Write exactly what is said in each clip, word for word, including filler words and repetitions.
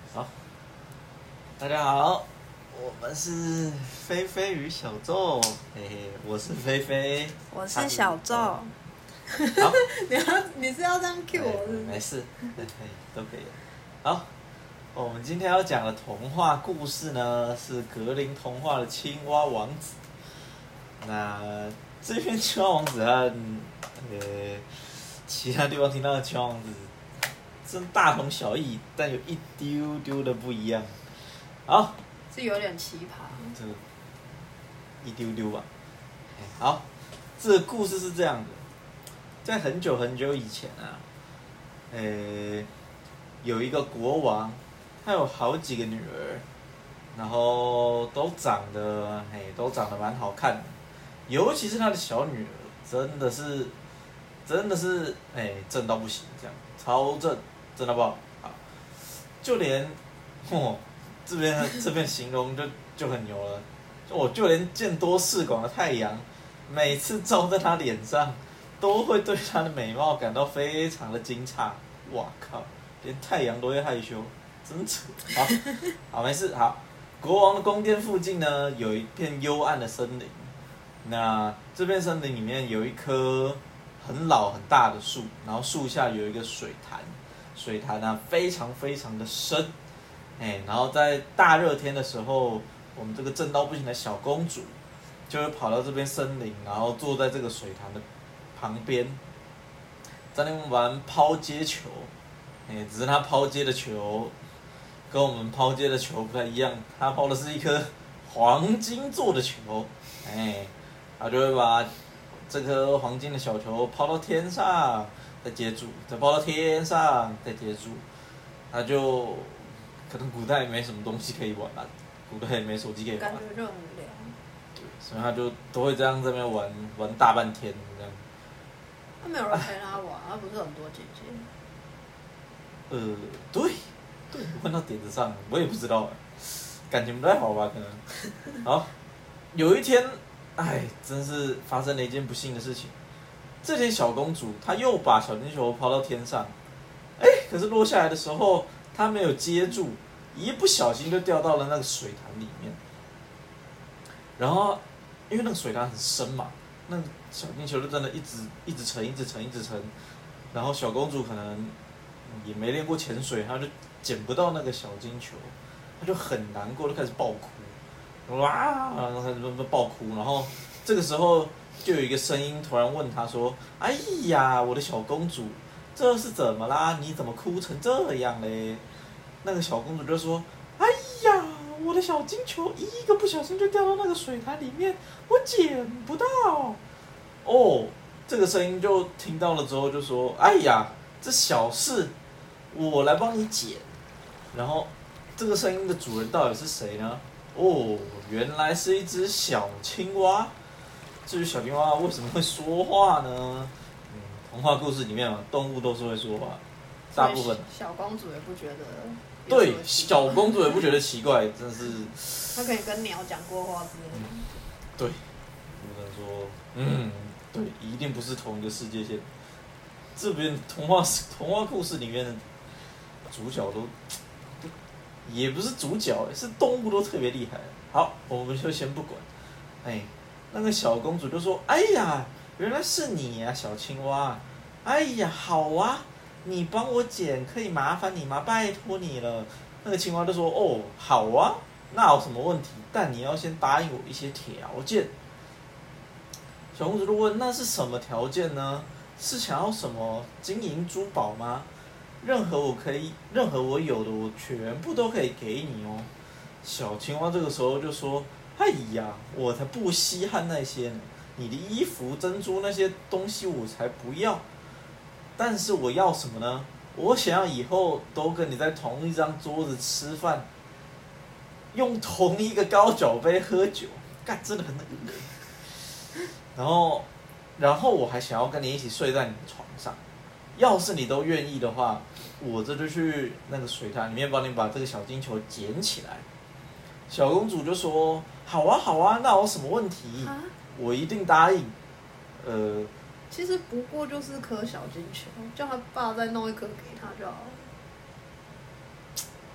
好，大家好，我们是菲菲与小宙，嘿嘿，我是菲菲， 我是小宙。 好， 你要你是要这样 cue 我是不是？ 没事，对，都可以。好，我们今天要讲的童话故事呢，是格林童话的青蛙王子。那这篇青蛙王子和呃其他地方听到的青蛙王子。真大同小异，但有一丢丢的不一样。好， 是有点奇葩。 这个一丢丢吧。好，这个故事是这样的，在很久很久以前啊，呃，有一个国王，他有好几个女儿，然后都长得，哎，都长得蛮好看的，尤其是他的小女儿，真的是，真的是，哎，正到不行，这样超正。真的不好，好，就连，哦，这边这边形容就就很牛了，我、哦、就连见多识广的太阳，每次照在他脸上，都会对他的美貌感到非常的惊诧。哇靠，连太阳都会害羞，真扯。好，好没事。好，国王的宫殿附近呢，有一片幽暗的森林，那这片森林里面有一棵很老很大的树，然后树下有一个水潭。水潭啊，非常非常的深，哎，然后在大热天的时候，我们这个正到不行的小公主，就会跑到这边森林，然后坐在这个水潭的旁边，在那边玩抛接球，哎，只是她抛接的球跟我们抛接的球不太一样，她抛的是一颗黄金做的球，哎，她就会把这颗黄金的小球抛到天上。再接住，再抛到天上，再接住，他就可能古代也没什么东西可以玩啦，古代也没手机可以玩， 感觉就很无聊。 对，所以他就都会这样在那边玩玩大半天这样。 他没有人陪他玩，他不是很多姐姐。 呃，对，对，问到点子上了，我也不知道，感情不太好吧？可能。好，有一天，哎，真是发生了一件不幸的事情。这天小公主她又把小金球抛到天上，哎，可是落下来的时候她没有接住，一不小心就掉到了那个水潭里面。然后因为那个水潭很深嘛，那个小金球就真的一直一直沉，一直沉，一直沉。然后小公主可能也没练过潜水，她就捡不到那个小金球，她就很难过，就开始爆哭，哇，然后开始爆哭。然后这个时候。就有一个声音突然问他说：“哎呀，我的小公主，这是怎么啦？你怎么哭成这样嘞？”那个小公主就说：“哎呀，我的小金球一个不小心就掉到那个水潭里面，我捡不到。”哦，这个声音就听到了之后就说：“哎呀，这小事，我来帮你捡。”然后这个声音的主人到底是谁呢？哦，原来是一只小青蛙。至于小青蛙为什么会说话呢？嗯，童话故事里面嘛，动物都是会说话，大部分。 小公主也不觉得。 对，小公主也不觉得奇怪，真的是。 她可以跟鸟讲过话之类的。 嗯、对，不能说，嗯，对，一定不是同一个世界线。这边童话童话故事里面的主角都，都也不是主角，是动物都特别厉害。好，我们就先不管，哎。那个小公主就说：“哎呀，原来是你呀、啊，小青蛙！哎呀，好啊，你帮我捡，可以麻烦你吗？拜托你了。”那个青蛙就说：“哦，好啊，那有什么问题？但你要先答应我一些条件。”小公主就问：“那是什么条件呢？是想要什么金银珠宝吗？任何我可以，任何我有的，我全部都可以给你哦。”小青蛙这个时候就说：“哎呀，我才不稀罕那些呢！你的衣服、珍珠那些东西我才不要。但是我要什么呢？我想要以后都跟你在同一张桌子吃饭，用同一个高脚杯喝酒，干真的很恶心。然后，然后我还想要跟你一起睡在你的床上。要是你都愿意的话，我这就去那个水潭里面帮你把这个小金球捡起来。”小公主就说：“好啊，好啊，那有什么问题？我一定答应。”呃， 其实不过就是颗小金球，叫他爸再弄一颗给他就好了。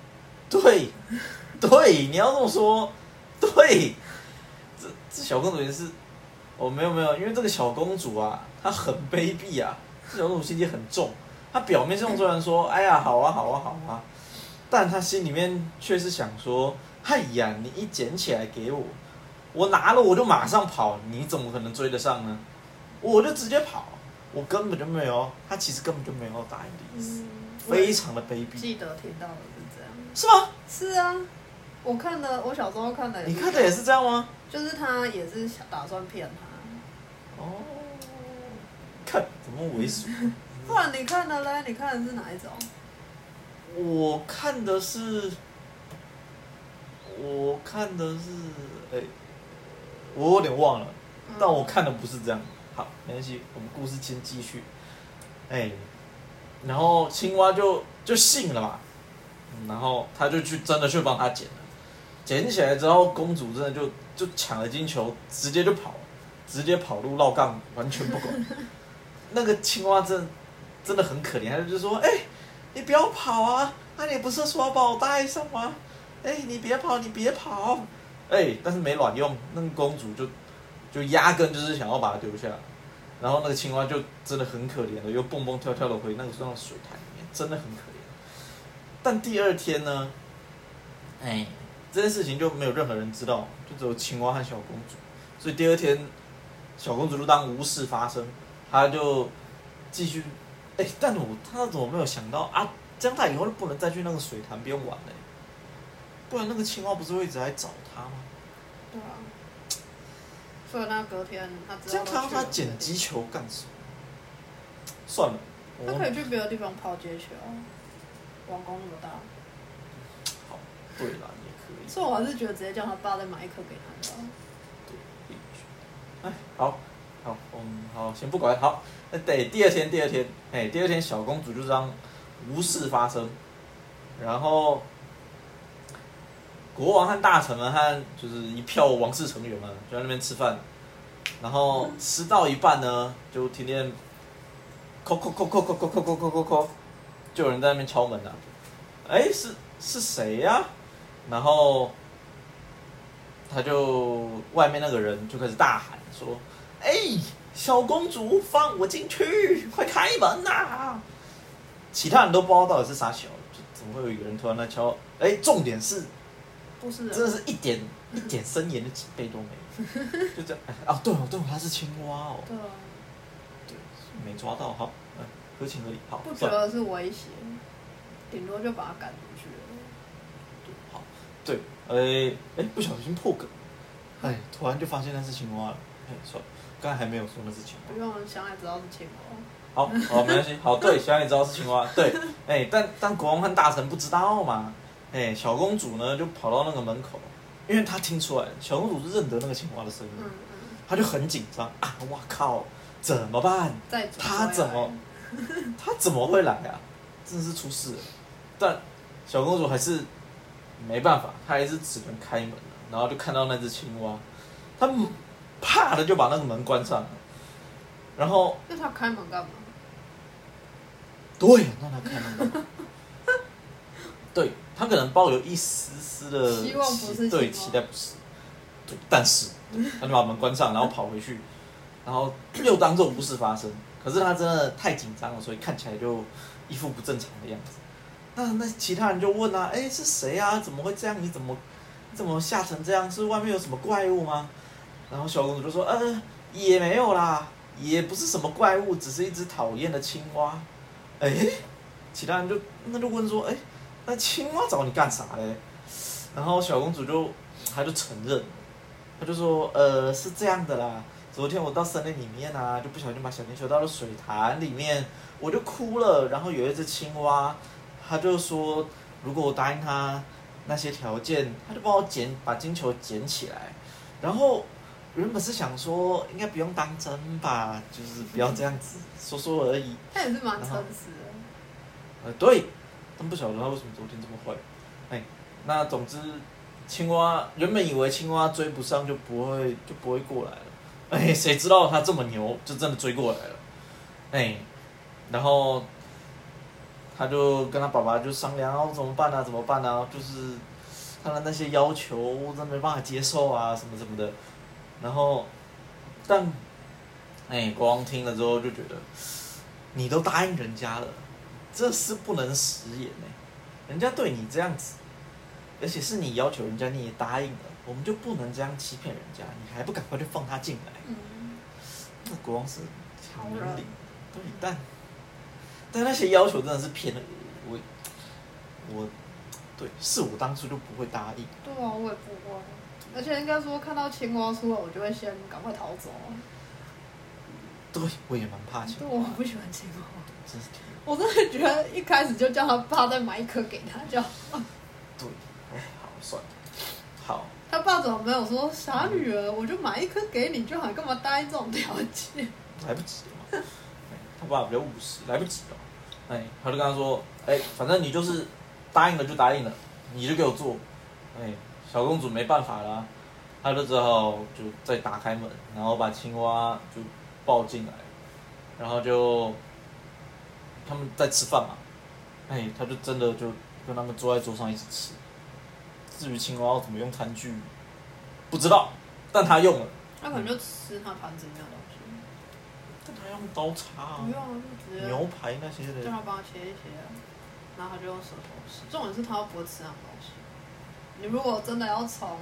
对，对，你要这么说，对，这这小公主也是，哦，没有没有，因为这个小公主啊，她很卑鄙啊，这小公主心机很重，她表面上虽然说，哎呀，好啊好啊好啊，但她心里面却是想说，哎呀，你一捡起来给我，我拿了我就马上跑，你怎么可能追得上呢？我就直接跑，我根本就没有，她其实根本就没有答应的意思， 嗯、 非常的卑鄙。 记得听到的是这样。 是吗？ 是啊，我看的，我小时候看的也是。 你看的也是这样吗？ 就是他也是打算骗他。 哦，看怎么猥琐？ 不然你看的嘞？你看的是哪一种？ 我看的是，我看的是，哎、欸，我有点忘了，嗯、但我看的不是这样。好，没关系，我们故事先继续。哎、欸，然后青蛙就就信了嘛。然后他就去真的去帮他捡了，捡起来之后，公主真的就就抢了金球，直接就跑，直接跑路绕杠，完全不管。那个青蛙真的真的很可怜，他就说：“哎、欸，你不要跑啊！啊，你不是说要把我带上吗？哎、欸，你别跑，你别跑！哎、欸，但是没卵用，那个公主就就压根就是想要把它丢下，然后那个青蛙就真的很可怜的，又蹦蹦跳跳的回那个那种水潭里面，真的很可怜。但第二天呢，哎，这件事情就没有任何人知道，就只有青蛙和小公主。所以第二天，小公主就当无事发生，她就继续，哎，但我她怎么没有想到啊？这样她以后就不能再去那个水潭边玩了，不然那个青蛙不是会一直来找她吗？ 对啊。所以那隔天她知道。 这样她让她捡击球干什么？算了， 她可以去别的地方抛接球。王宫那么大， 好，对啦，也可以。 所以我还是觉得直接叫他爸再买一颗给他吧。 对，哎，好，好，嗯，好，先不管，好，那得第二天，第二天，哎，第二天小公主就这样无事发生，然后国王和大臣们和就是一票王室成员们就在那边吃饭，然后吃到一半呢，就听见，叩叩叩叩叩叩叩叩叩叩叩。就有人在那边敲门了、啊，哎，是是谁呀、啊？然后他就外面那个人就开始大喊说：“哎，小公主，放我进去，快开门呐、啊！”其他人都不知道到底是啥小，怎么会有一个人突然在敲？哎，重点是， 不是真的是一点一点森严的警备都没有，就这样。啊，对哦，对哦，他是青蛙哦。 对啊。 对，没抓到，好。合情合理，好。 不觉得是威胁，顶多就把他赶出去了。 对，好，对，哎、欸、哎，不小心破梗，哎，突然就发现那是青蛙了，哎，算了，刚才还没有说那是青蛙。 不用，想也知道是青蛙。 好，好，没关系，好，对，想也知道是青蛙，对，哎、欸，但但国王和大臣不知道嘛，哎、欸，小公主呢就跑到那个门口，因为她听出来，小公主是认得那个青蛙的声音，嗯嗯，她就很紧张啊，哇靠，怎么办？她怎么？他怎么会来啊？真的是出事了。但小公主还是没办法，她还是只能开门了。然后就看到那只青蛙，她啪的就把那个门关上了。然后那她开门干嘛？ 对，让她开门干嘛？对，她可能抱有一丝丝的希望不是对期待不是，对，但是她就把门关上，然后跑回去，然后又当作无事发生。可是他真的太紧张了，所以看起来就一副不正常的样子。那那其他人就问啊，哎，是谁啊？怎么会这样？你怎么你怎么吓成这样？是外面有什么怪物吗？然后小公主就说，呃，也没有啦，也不是什么怪物，只是一只讨厌的青蛙。哎，其他人就那就问说，哎，那青蛙找你干啥嘞？然后小公主就她就承认，她就说，呃，是这样的啦。昨天我到森林里面啊，就不小心把小金球倒到水潭里面，我就哭了。然后有一只青蛙，他就说，如果我答应他那些条件，他就帮我捡把金球捡起来。然后原本是想说，应该不用当真吧，就是不要这样子说说而已。 他也是蛮诚实的。 呃，对，但不晓得他为什么昨天这么坏。哎，那总之，青蛙原本以为青蛙追不上就不会就不会过来了。哎，谁知道他这么牛，就真的追过来了。哎，然后他就跟他爸爸就商量啊，怎么办啊，怎么办啊，就是他的那些要求真没办法接受啊，什么什么的。然后，但，哎，国王听了之后就觉得，你都答应人家了，这是不能食言呢。人家对你这样子，而且是你要求人家，你也答应了，我们就不能这样欺骗人家，你还不赶快就放他进来？ 嗯， 那国王是超人， 对，但但那些要求真的是偏了我，我，对，是我当初就不会答应。 对啊，我也不会。而且应该说，看到青蛙出来，我就会先赶快逃走。 对，我也蛮怕青蛙。 对，我不喜欢青蛙。 真是。 我真的觉得一开始就叫他爸再买一颗给他就好。 对，哎，好，算了，好。 他爸怎么没有说傻女儿，我就买一颗给你就好，干嘛答应这种条件？ 来不及了嘛。他爸比较务实，来不及了。哎，他就跟他说，哎，反正你就是答应了就答应了，你就给我做。哎，小公主没办法啦，她就只好就再打开门，然后把青蛙就抱进来，然后就他们在吃饭嘛，哎，他就真的就跟他们坐在桌上一起吃。至于青蛙要怎么用餐具，不知道，但他用了。 他可能就吃他盘子里面的东西。 但他用刀叉啊。 不用啊，就直接牛排那些的。 叫他帮他切一切，然后他就用舌头吃。重点是他又不会吃那种东西。你如果真的要从，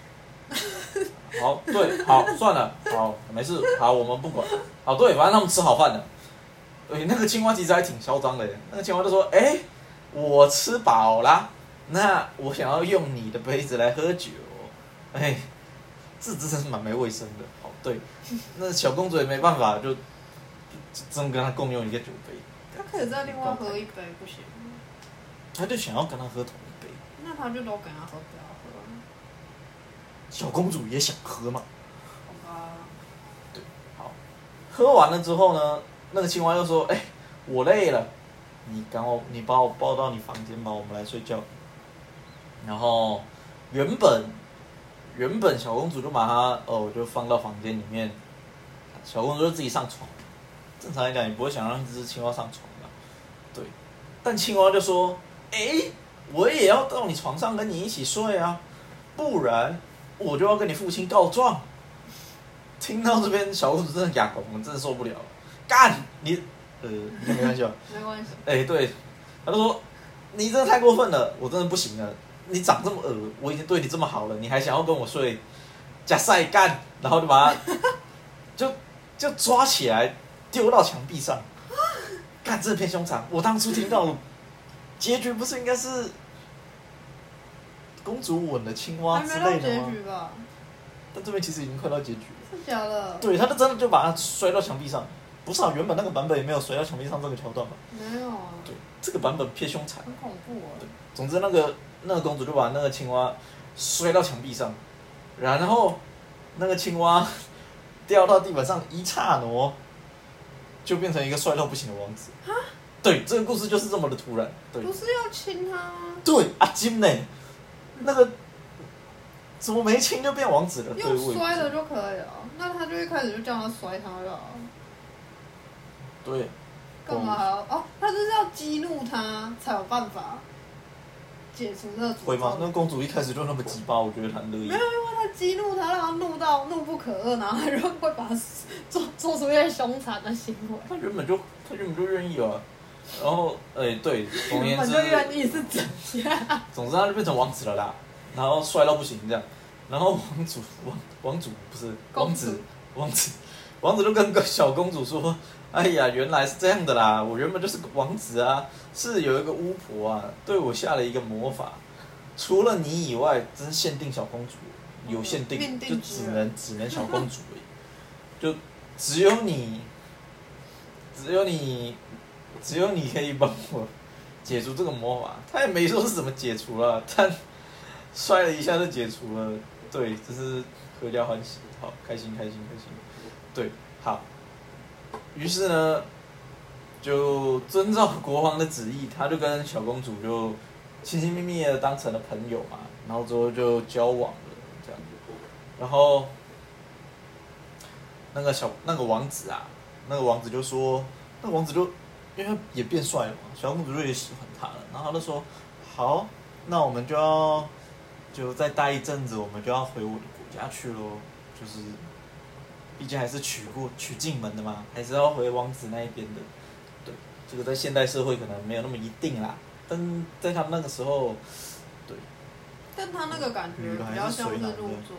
好，对，好，算了，好，没事，好，我们不管。好，对，反正他们吃好饭了。对，那个青蛙其实还挺嚣张的耶。那个青蛙就说：“哎、欸，我吃饱啦，那我想要用你的杯子来喝酒。”哎，这真是蛮没卫生的。好，对，那小公主也没办法，就就真跟他共用一个酒杯。 他可以再另外喝一杯，不行吗？ 他就想要跟他喝同一杯。 那他就都给他喝，不要喝。 小公主也想喝嘛。 好吧。 对，好，喝完了之后呢，那个青蛙又说：“哎、欸，我累了，你赶我，你把我抱到你房间吧，我们来睡觉。”然后原本原本小公主就把她哦就放到房间里面，小公主就自己上床。正常来讲，你不会想让一只青蛙上床吧？对，但青蛙就说：“哎、欸，我也要到你床上跟你一起睡啊，不然我就要跟你父亲告状。”听到这边，小公主真的哑口，我们真的受不了了。干你，呃，你没关系吧？ 没关系。 哎、欸，对，他就说你真的太过分了，我真的不行了。你长这么恶，我已经对你这么好了，你还想要跟我睡？假赛干，然后就把他就就抓起来丢到墙壁上。干，这片凶残！我当初听到结局不是应该是公主吻了青蛙之类的吗？ 还没到结局吧？ 但这边其实已经快到结局了。 是假的？ 对，他就真的就把他摔到墙壁上。不是啊，原本那个版本也没有摔到墙壁上这个桥段吧？ 没有啊。 对，这个版本偏凶残。 很恐怖哦。 对，总之那个那个公主就把那个青蛙摔到墙壁上，然后那个青蛙掉到地板上，一刹那就变成一个帅到不行的王子。 哈？ 对，这个故事就是这么的突然。对。 不是要亲他吗？ 对，阿金呢？那个怎么没亲就变王子了？ 用摔的就可以了。那他就一开始就叫他摔他了。 对。 干嘛还要哦？他就是要激怒他才有办法解除这个诅咒。 会吗？那公主一开始就那么鸡巴，我觉得很乐意。 没有，因为他激怒他，让他怒到怒不可遏，然后他就会把他做做出一些凶残的行为。 他原本就他原本就愿意啊，然后哎、欸、对，总而言之， 原本就愿意是怎样？ 总之他就变成王子了啦，然后帅到不行这样，然后王主王王主不是王子王子王子就跟小公主说。哎呀，原来是这样的啦！我原本就是个王子啊，是有一个巫婆啊，对我下了一个魔法，除了你以外，真是限定小公主，有限定，就只能只能小公主而已，就只有你，只有你，只有你可以帮我解除这个魔法。他也没说是怎么解除了，但摔了一下就解除了，对，这是合家欢喜，好开心开心开心，对，好。于是呢，就遵照国王的旨意，他就跟小公主就亲亲密密的当成了朋友嘛，然后之后就交往了这样子。然后那个小那个王子啊，那个王子就说，那个王子就因为他也变帅了嘛，小公主就也喜欢他了，然后他就说，好，那我们就要就再待一阵子，我们就要回我的国家去咯，就是毕竟还是娶过娶进门的嘛，还是要回王子那一边的。对，这个在现代社会可能没有那么一定啦，但在他们那个时候，对。 但他那个感觉比较像是入赘。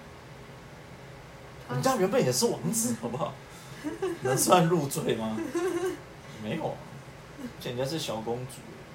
人家原本也是王子，好不好？能算入赘吗？没有，而且人家是小公主，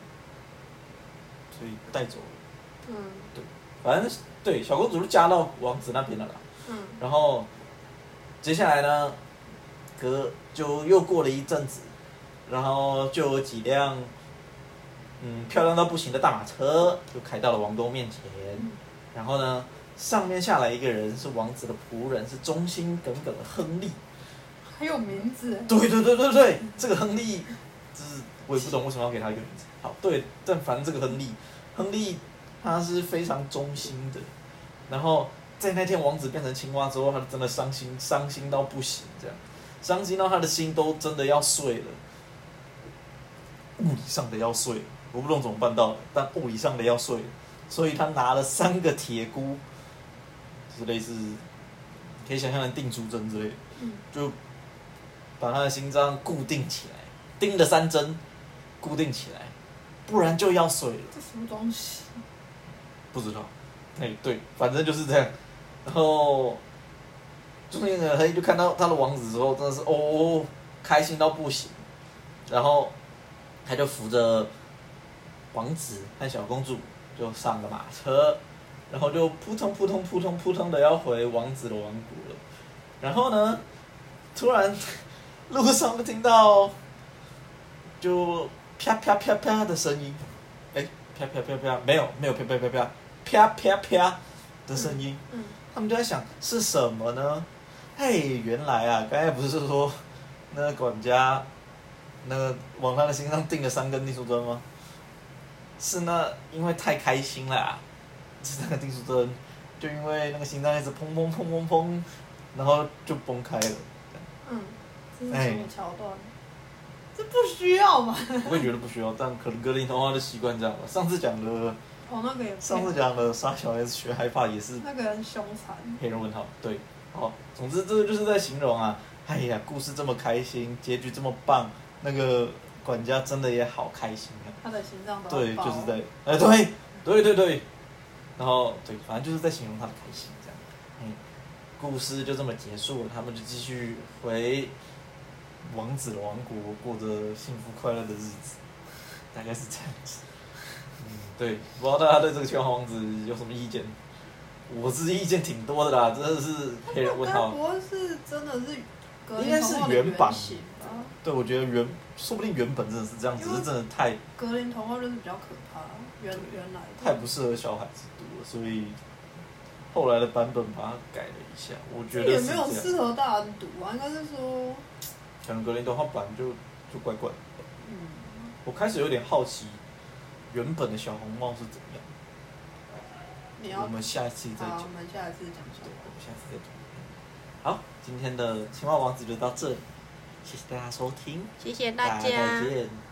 所以带走了。 嗯。 对，反正对小公主就嫁到王子那边了啦。 嗯。 然后接下来呢，隔就又过了一阵子，然后就有几辆嗯漂亮到不行的大马车就开到了王宫面前， 嗯、 然后呢，上面下来一个人是王子的仆人，是忠心耿耿的亨利。 还有名字？ 对对对对对，这个亨利，就是我也不懂为什么要给他一个名字。好，对，但反正这个亨利，亨利他是非常忠心的。然后在那天王子变成青蛙之后，他真的伤心，伤心到不行，这样，伤心到他的心都真的要碎了，物理上的要碎了，我不懂怎么办到的，但物理上的要碎了，所以他拿了三个铁箍，就是类似，可以想象成钉书针之类的， 嗯、 就。把他的心脏固定起来，钉了三针，固定起来，不然就要碎了。 这什么东西？ 不知道。哎，对，反正就是这样。然后，就是那个黑就看到他的王子之后，真的是哦，开心到不行。然后，他就扶着王子和小公主就上了马车，然后就扑通扑通扑通扑通的要回王子的王国了。然后呢，突然。路上就听到，就啪啪啪啪的声音，哎，啪啪啪啪，没有没有啪啪啪啪，啪啪啪的声音， 嗯嗯、 他们就在想是什么呢？嘿，原来啊，刚才不是说那个管家，那个往他的心上钉了三根钉书针吗？是那因为太开心了、啊，是那个钉书针，就因为那个心脏一直砰砰砰砰砰，然后就崩开了。 嗯。这是什么桥段？欸、这不需要吧？ 我也觉得不需要，但可能格林童话的习惯这样吧。上次讲的， 哦，那个也。 上次讲的杀小 S 学害怕也是。 那个人凶残。 黑人问号，对，好，总之这个就是在形容啊，哎呀，故事这么开心，结局这么棒，那个管家真的也好开心啊。 他的心脏都对，就是在，哎，对，对对对，然后对，反正就是在形容他的开心这样。嗯，故事就这么结束了，他们就继续回。王子的王国过着幸福快乐的日子，大概是这样子。嗯，对，不知道大家对这个青蛙王子有什么意见？我自己意见挺多的啦，真的是黑人问号。 不过是真的是格林童话的原版吧？ 对，我觉得原说不定原本真的是这样，只是真的太格林童话就是比较可怕，原原来太不适合小孩子读了，所以后来的版本把它改了一下。我觉得也没有适合大人读啊，应该是说。 可能格林童话版就就怪怪的。 嗯。 我开始有点好奇，原本的小红帽是怎样。 你要。 我们下一次再讲。 好，我们下一次讲小红帽。 我们下次再讲。好，今天的青蛙王子就到这里，谢谢大家收听， 谢谢大家， 大家再见。